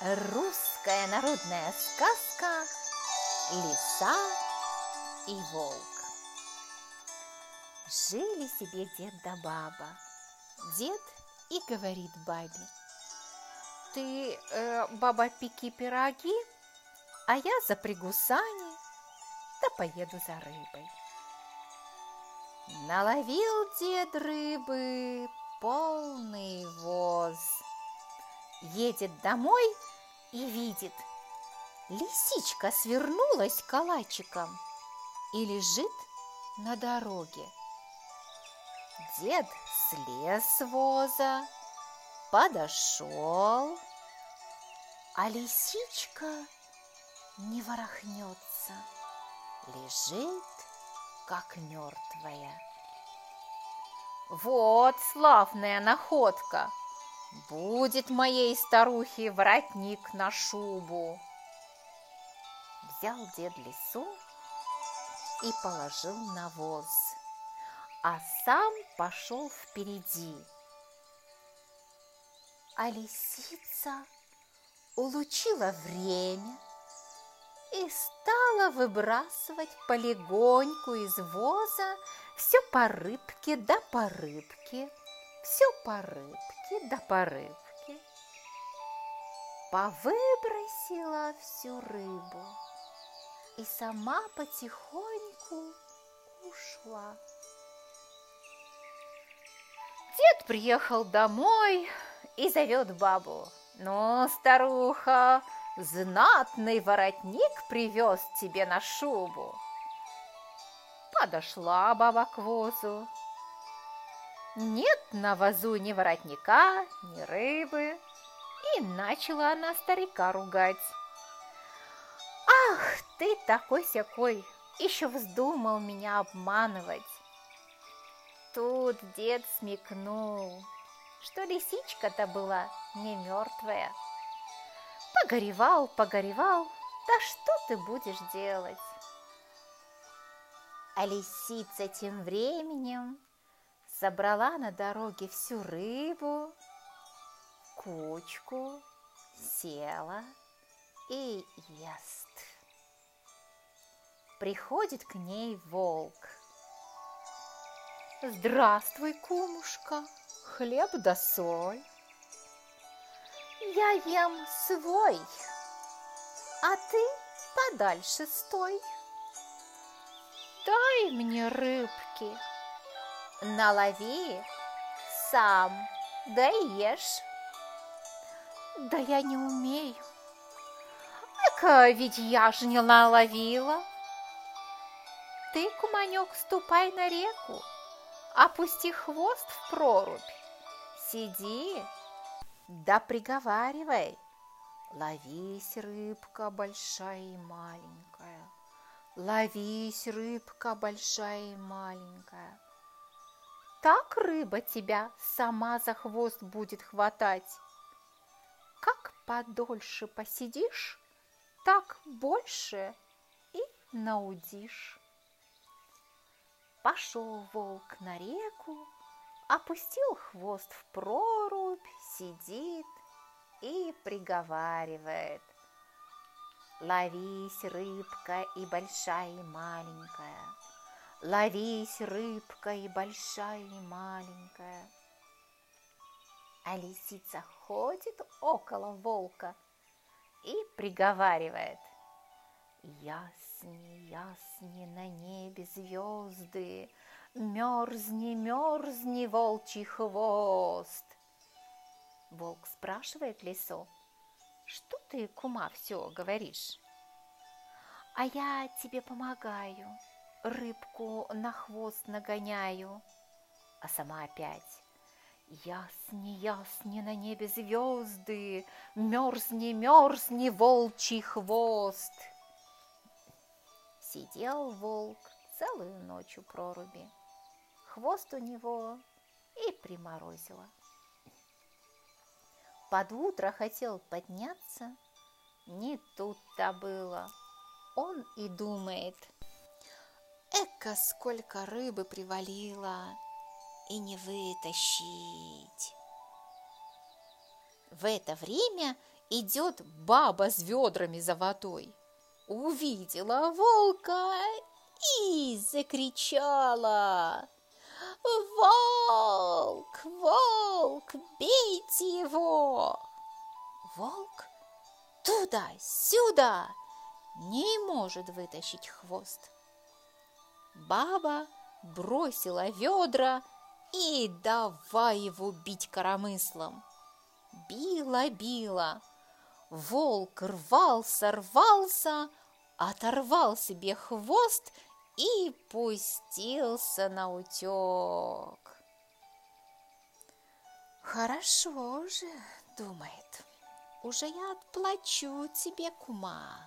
Русская народная сказка «Лиса и волк». Жили себе дед да баба. Дед и говорит бабе: ты, баба, пеки пироги, а я запрягу сани, да поеду за рыбой. Наловил дед рыбы полный воз. Едет домой и видит, лисичка свернулась калачиком и лежит на дороге. Дед слез с воза, подошел, а лисичка не ворохнется, лежит, как мертвая. Вот славная находка! Будет моей старухе воротник на шубу. Взял дед лису и положил на воз, а сам пошел впереди. А лисица улучила время и стала выбрасывать полегоньку из воза все по рыбке да по рыбке, все по рыбке да по рыбке. Повыбросила всю рыбу и сама потихоньку ушла. Дед приехал домой и зовет бабу: ну, старуха, знатный воротник привез тебе на шубу. Подошла баба к возу. Нет на возу ни воротника, ни рыбы, и начала она старика ругать. Ах, ты такой-сякой, еще вздумал меня обманывать. Тут дед смекнул, что лисичка-то была не мертвая. Погоревал, да что ты будешь делать? А лисица тем временем собрала на дороге всю рыбу, кучку, села и ест. Приходит к ней волк. Здравствуй, кумушка, хлеб да соль. Я ем свой, а ты подальше стой. Дай мне рыбки, налови сам, да ешь. Да я не умею. Эка, ведь я же не наловила. Ты, куманек, ступай на реку, опусти хвост в прорубь, сиди, да приговаривай: ловись, рыбка большая и маленькая, ловись, рыбка большая и маленькая. Так рыба тебя сама за хвост будет хватать. Как подольше посидишь, так больше и наудишь. Пошел волк на реку, опустил хвост в прорубь, сидит и приговаривает: ловись, рыбка и большая и маленькая, ловись, рыбка и большая и маленькая. А лисица ходит около волка и приговаривает: ясни, ясни на небе звезды, мерзни, мерзни, волчий хвост. Волк спрашивает лису: что ты, кума, все говоришь? А я тебе помогаю, рыбку на хвост нагоняю. А сама опять: ясни, ясни на небе звезды, мерзни, мерзни, волчий хвост. Сидел волк целую ночь у проруби, хвост у него и приморозило. Под утро хотел подняться, не тут-то было. Он и думает: эка, сколько рыбы привалило, и не вытащить. В это время идет баба с ведрами за водой. Увидела волка и закричала: «Волк! Волк! Бейте его!» Волк туда-сюда не может вытащить хвост. Баба бросила ведра и давай его бить коромыслом. Била. Волк рвался, оторвал себе хвост и пустился наутек. «Хорошо же, — думает, — уже я отплачу тебе, кума».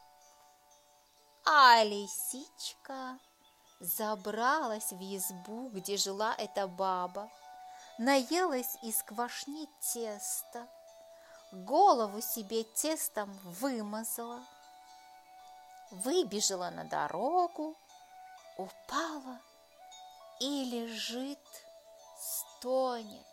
А лисичка забралась в избу, где жила эта баба, наелась из квашни теста, голову себе тестом вымазала, выбежала на дорогу, упала и лежит, стонет.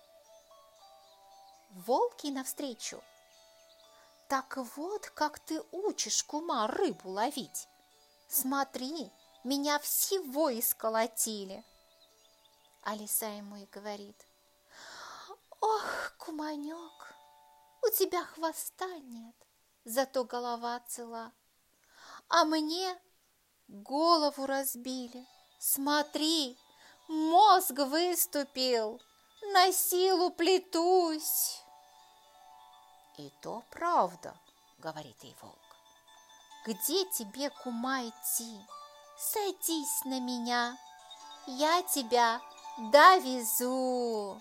Волки навстречу: «Так вот, как ты учишь, кума, рыбу ловить. Смотри, меня всего исколотили». А лиса ему и говорит: «Ох, куманек, у тебя хвоста нет, зато голова цела, а мне голову разбили. Смотри, мозг выступил, на силу плетусь». «И то правда, — говорит ей волк. — Где тебе, кума, идти? Садись на меня, я тебя довезу».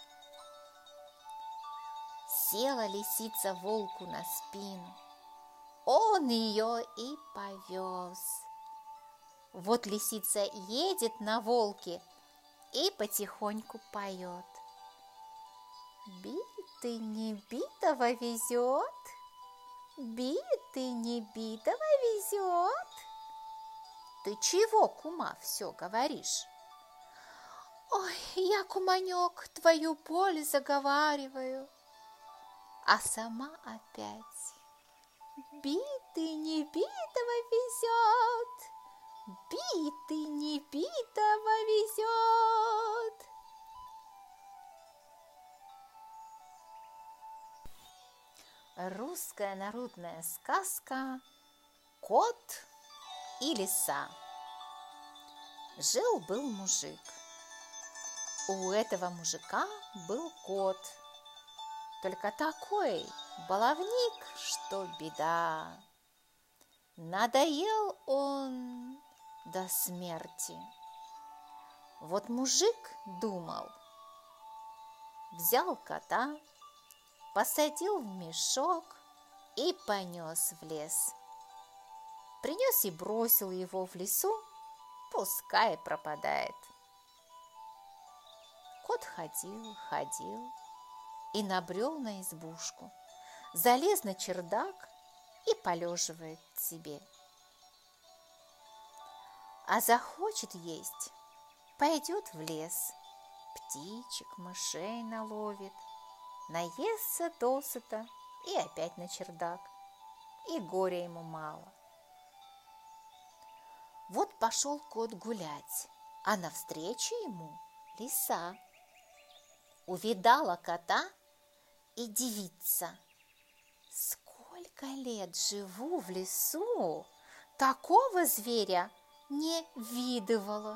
Села лисица волку на спину, он ее и повез. Вот лисица едет на волке и потихоньку поет: «Битый не битого везет, битый не битого везет». «Ты чего, кума, все говоришь?» «Ой, я, куманек, твою боль заговариваю». А сама опять: «Битый не битого везет, битый не битого везет». Русская народная сказка «Кот и лиса». Жил-был мужик. У этого мужика был кот, только такой баловник, что беда. Надоел он до смерти. Вот мужик думал, взял кота, посадил в мешок и понес в лес. Принес и бросил его в лесу, пускай пропадает. Кот ходил и набрел на избушку, залез на чердак и полеживает себе. А захочет есть, пойдет в лес, птичек, мышей наловит, наестся досыта и опять на чердак, и горя ему мало. Вот пошел кот гулять, а навстречу ему лиса. Увидала кота и дивится: «Сколько лет живу в лесу, такого зверя не видывала».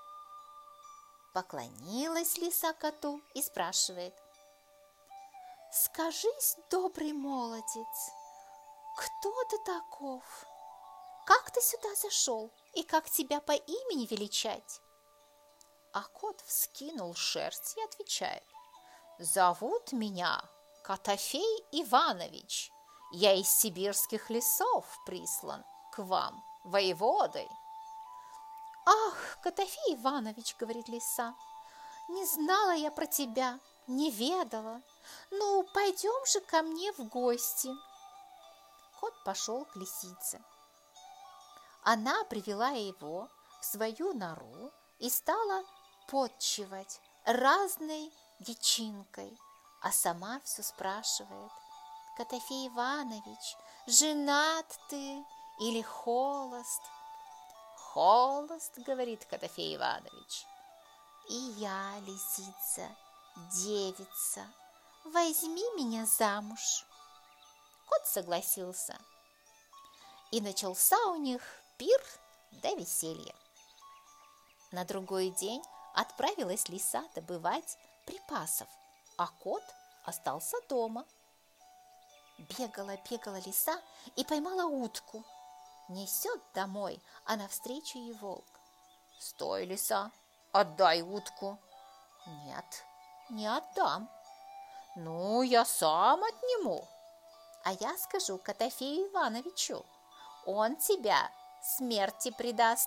Поклонилась лиса коту и спрашивает: «Скажись, добрый молодец, кто ты таков? Как ты сюда зашел и как тебя по имени величать?» А кот вскинул шерсть и отвечает: «Зовут меня Котофей Иванович. Я из сибирских лесов прислан к вам воеводой». «Ах, Котофей Иванович, — говорит лиса, — не знала я про тебя, не ведала. Ну, пойдем же ко мне в гости». Кот пошел к лисице. Она привела его в свою нору и стала подчивать разной дичинкой, а сама все спрашивает: «Котофей Иванович, женат ты или холост?» «Холост, — говорит Котофей Иванович. — И я, лисица, девица, возьми меня замуж». Кот согласился, и начался у них пир да веселье. На другой день отправилась лиса добывать припасов, а кот остался дома. Бегала лиса и поймала утку. Несет домой, а навстречу ей волк. «Стой, лиса, отдай утку». «Нет, не отдам». «Ну, я сам отниму». «А я скажу Котофею Ивановичу, он тебя смерти предаст».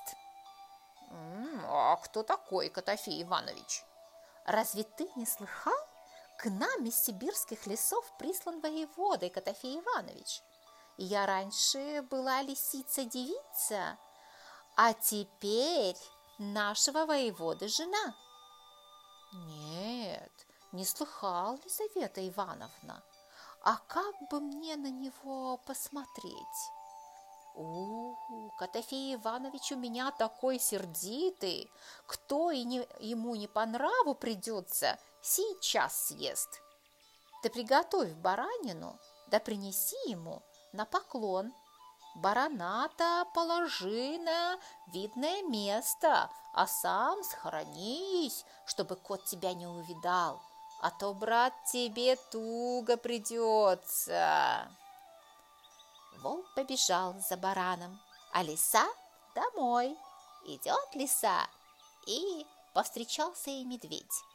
«А кто такой Котофей Иванович?» «Разве ты не слыхал? К нам из сибирских лесов прислан воеводой Котофей Иванович. Я раньше была лисица-девица, а теперь нашего воеводы жена». «Нет, не слыхал, Лизавета Ивановна. А как бы мне на него посмотреть?» Котофей Иванович у меня такой сердитый, кто ему не по нраву придется, сейчас съест. Ты приготовь баранину, да принеси ему на поклон. Барана-то положи на видное место, а сам схоронись, чтобы кот тебя не увидал, а то, брат, тебе туго придется». Волк побежал за бараном, а лиса домой. Идет лиса, и повстречался ей медведь.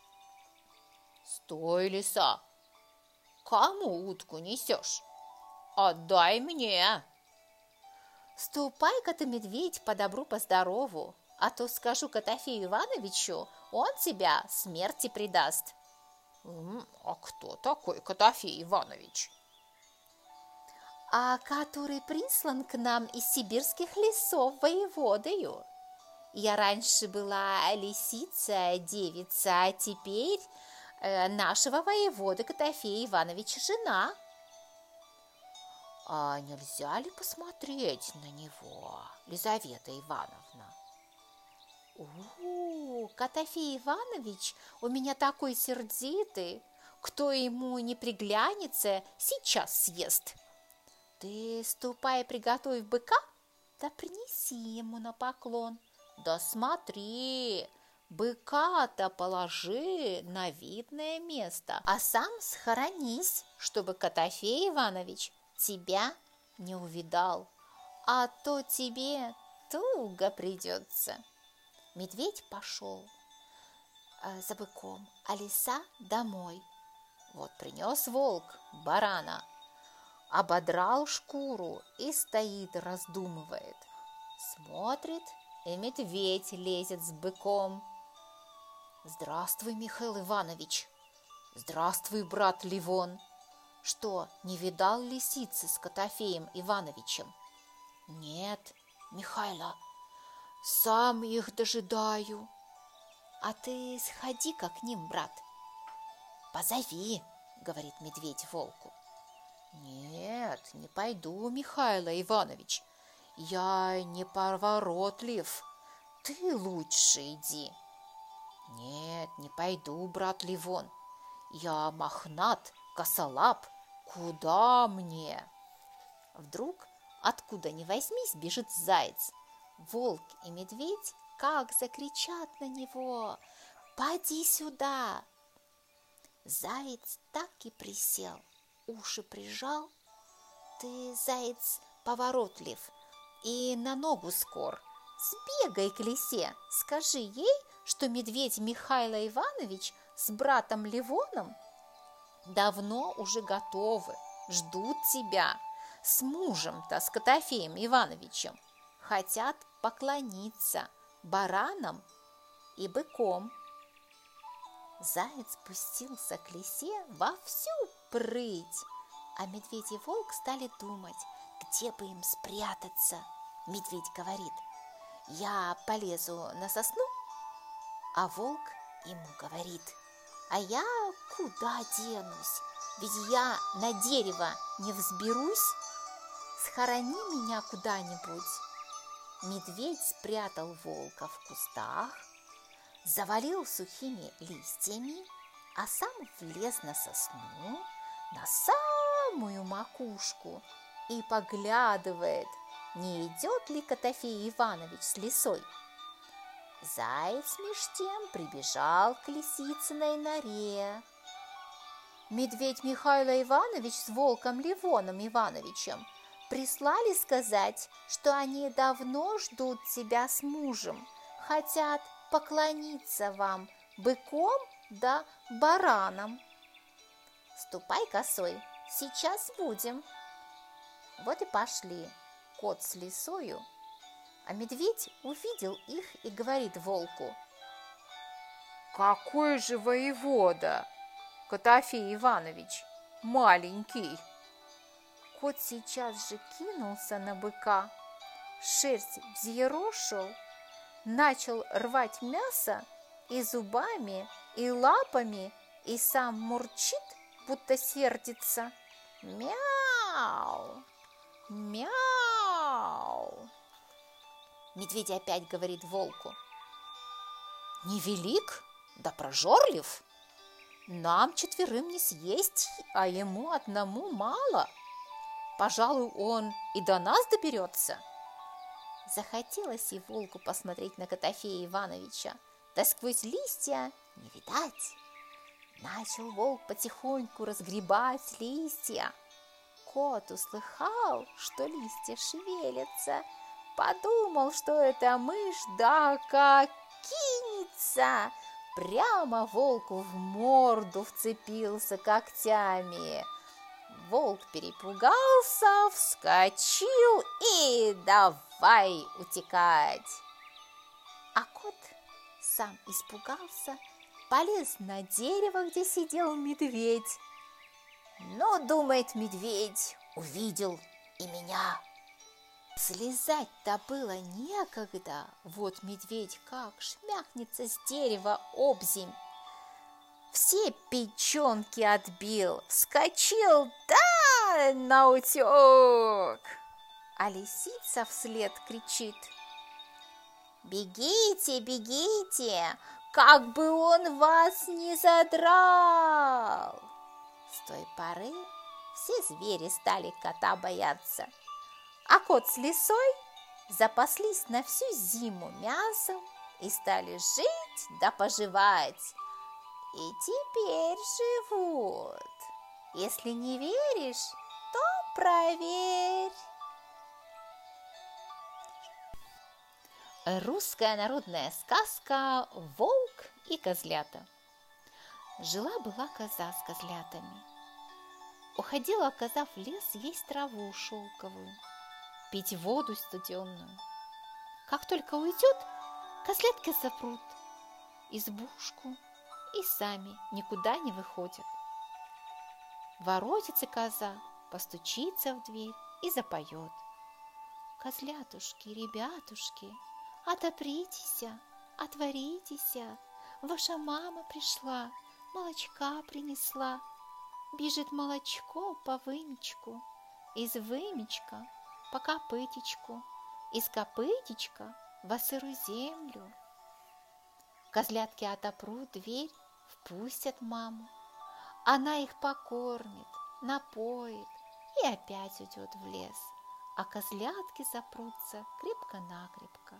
«Стой, лиса! Кому утку несешь? Отдай мне!» «Ступай-ка ты, медведь, по добру, по здорову, а то скажу Котофею Ивановичу, он тебя смерти предаст». «А кто такой Котофей Иванович?» «А который прислан к нам из сибирских лесов воеводою. Я раньше была лисица, девица, а теперь нашего воеводы Котофея Ивановича жена». «А нельзя ли посмотреть на него, Лизавета Ивановна?» «Котофей Иванович у меня такой сердитый, кто ему не приглянется, сейчас съест. Ты ступай, приготовь быка, да принеси ему на поклон. Да смотри, быка-то положи на видное место, а сам схоронись, чтобы Котофей Иванович тебя не увидал, а то тебе туго придется». Медведь пошел за быком, а лиса домой. Вот принес волк барана, ободрал шкуру и стоит, раздумывает. Смотрит, и медведь лезет с быком. «Здравствуй, Михаил Иванович!» «Здравствуй, брат Ливон!» «Что, не видал лисицы с Котофеем Ивановичем?» «Нет, Михайло, сам их дожидаю». «А ты сходи-ка к ним, брат». «Позови», — говорит медведь волку. «Нет, не пойду, Михаил Иванович, я неповоротлив, ты лучше иди». «Нет, не пойду, брат Ливон, я мохнат, косолап, куда мне?» Вдруг, откуда ни возьмись, бежит заяц. Волк и медведь как закричат на него: «Поди сюда!» Заяц так и присел, уши прижал. «Ты, заяц, поворотлив и на ногу скор. Сбегай к лисе, скажи ей, что медведь Михаил Иванович с братом Ливоном давно уже готовы, ждут тебя с мужем-то, с Котофеем Ивановичем. Хотят поклониться баранам и быком». Заяц спустился к лисе во всю прыть, а медведь и волк стали думать, где бы им спрятаться. Медведь говорит: «Я полезу на сосну», а волк ему говорит: А я куда денусь? Ведь я на дерево не взберусь. Схорони меня куда-нибудь. Медведь спрятал волка в кустах, завалил сухими листьями, а сам влез на сосну, на самую макушку и поглядывает, не идет ли Котофей Иванович с лисой. Заяц меж тем прибежал к лисицыной норе. Медведь Михаил Иванович с волком Ливоном Ивановичем прислали сказать, что они давно ждут тебя с мужем, хотят поклониться вам быком да бараном. Ступай, косой, сейчас будем. Вот и пошли кот с лисою, а медведь увидел их и говорит волку: какой же воевода, Котофей Иванович, маленький. Кот сейчас же кинулся на быка, шерсть взъерошил, начал рвать мясо и зубами, и лапами, и сам мурчит, будто сердится. Мяу! Мяу! Медведь опять говорит волку: невелик, да прожорлив. Нам четверым не съесть, а ему одному мало. Пожалуй, он и до нас доберется. Захотелось и волку посмотреть на Котофея Ивановича, да сквозь листья не видать. Начал волк потихоньку разгребать листья. Кот услыхал, что листья шевелятся, подумал, что это мышь, да как кинется. Прямо волку в морду вцепился когтями. Волк перепугался, вскочил и давай утекать. А кот сам испугался, полез на дерево, где сидел медведь. Но, думает медведь, увидел и меня. Слезать-то было некогда. Вот медведь как шмякнется с дерева обземь. Все печенки отбил, вскочил, да наутек. А лисица вслед кричит: бегите, бегите, как бы он вас не задрал. С той поры все звери стали кота бояться, а кот с лисой запаслись на всю зиму мясом и стали жить да поживать. И теперь живут. Если не веришь, то проверь. Русская народная сказка «Волк и козлята». Жила-была коза с козлятами. Уходила коза в лес есть траву шелковую, пить воду студеную. Как только уйдет, козлятки запрут избушку и сами никуда не выходят. Воротится коза, постучится в дверь и запоет: козлятушки, ребятушки, отопритесь, отворитесь, ваша мама пришла, молочка принесла. Бежит молочко по вымечку, из вымечка по копытечку, из копытечка во сырую землю. Козлятки отопрут дверь, впустят маму. Она их покормит, напоит и опять уйдет в лес, а козлятки запрутся крепко-накрепко.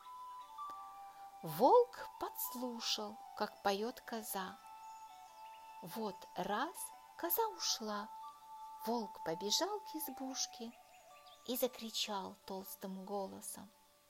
Волк подслушал, как поет коза. Вот раз коза ушла, волк побежал к избушке и закричал толстым голосом: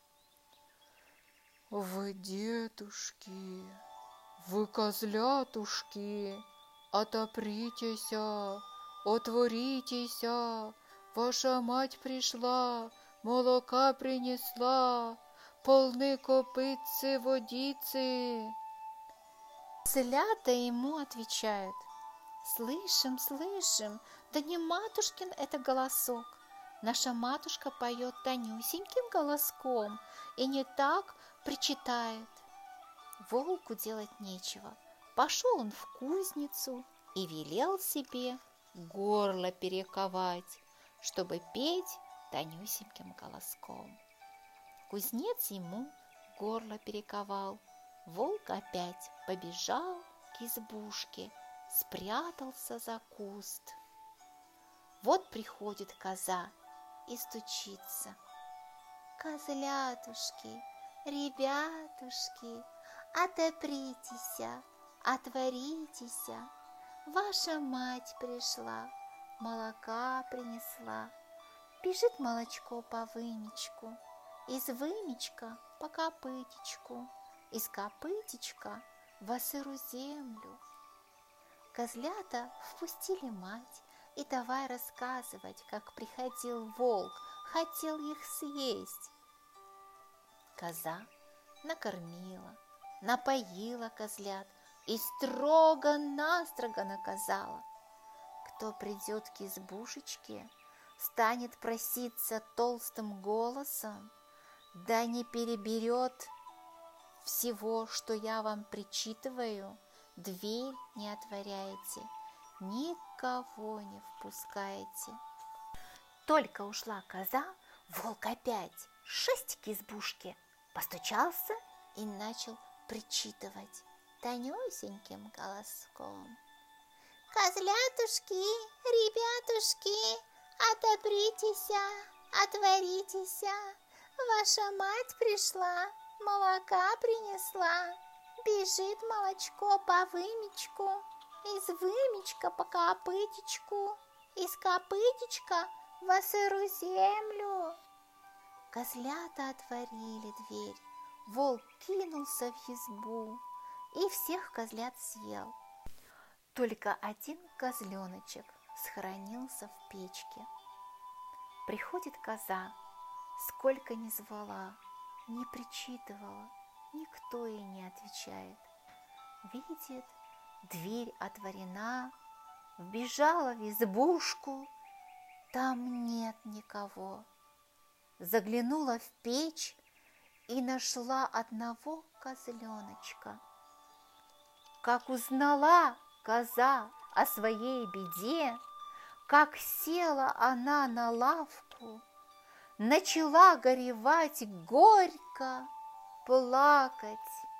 Вы, детушки, вы, козлятушки, отопритесь, отворитесь, ваша мать пришла, молока принесла, полны копытцы водицы. Козлята ему отвечают: слышим, слышим, да не матушкин это голосок. Наша матушка поет тонюсеньким голоском и не так причитает. Волку делать нечего. Пошел он в кузницу и велел себе горло перековать, чтобы петь тонюсеньким голоском. Кузнец ему горло перековал. Волк опять побежал к избушке, спрятался за куст. Вот приходит коза и стучится. «Козлятушки, ребятушки, отопритеся, отворитеся, ваша мать пришла, молока принесла». Бежит молочко по вымечку, из вымечка по копытечку, из копытечка во сыру землю. Козлята впустили мать и давай рассказывать, как приходил волк, хотел их съесть. Коза накормила, напоила козлят и строго-настрого наказала. Кто придет к избушечке, станет проситься толстым голосом, да не переберет всего, что я вам причитываю, дверь не отворяйте, никого не впускаете. Только ушла коза, волк опять шесть к избушке, постучался и начал причитывать тонюсеньким голоском. «Козлятушки, ребятушки, отопритеся, отворитеся, ваша мать пришла, молока принесла, бежит молочко по вымечку, из вымечка по копытечку, из копытечка во сыру землю». Козлята отворили дверь, волк кинулся в избу и всех козлят съел. Только один козленочек схоронился в печке. Приходит коза, сколько ни звала, не причитывала, никто ей не отвечает. Видит, дверь отворена, вбежала в избушку, там нет никого. Заглянула в печь и нашла одного козленочка. Как узнала коза о своей беде, как села она на лавку, начала горевать горько, плакать.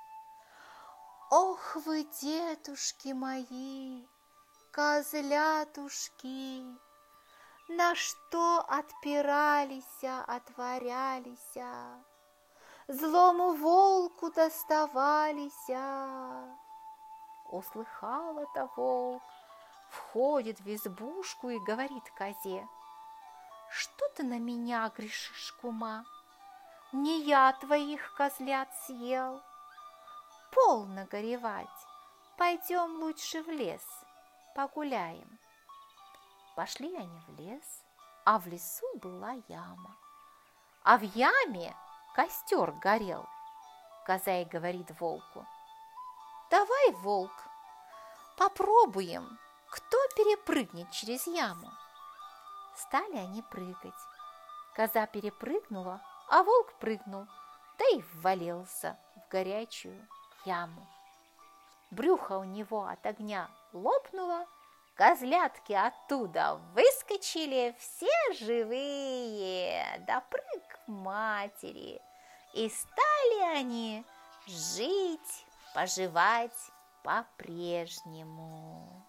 «Ох вы, детушки мои, козлятушки, на что отпиралися, отворялися, злому волку доставалися». Услыхал это волк, входит в избушку и говорит козе: «Что ты на меня грешишь, кума? Не я твоих козлят съел. Полно горевать, пойдем лучше в лес, погуляем». Пошли они в лес, а в лесу была яма, а в яме костер горел. Коза и говорит волку: «Давай, волк, попробуем, кто перепрыгнет через яму». Стали они прыгать. Коза перепрыгнула, а волк прыгнул, да и ввалился в горячую яму. Брюхо у него от огня лопнуло, козлятки оттуда выскочили все живые, да прыг к матери, и стали они жить, поживать по-прежнему.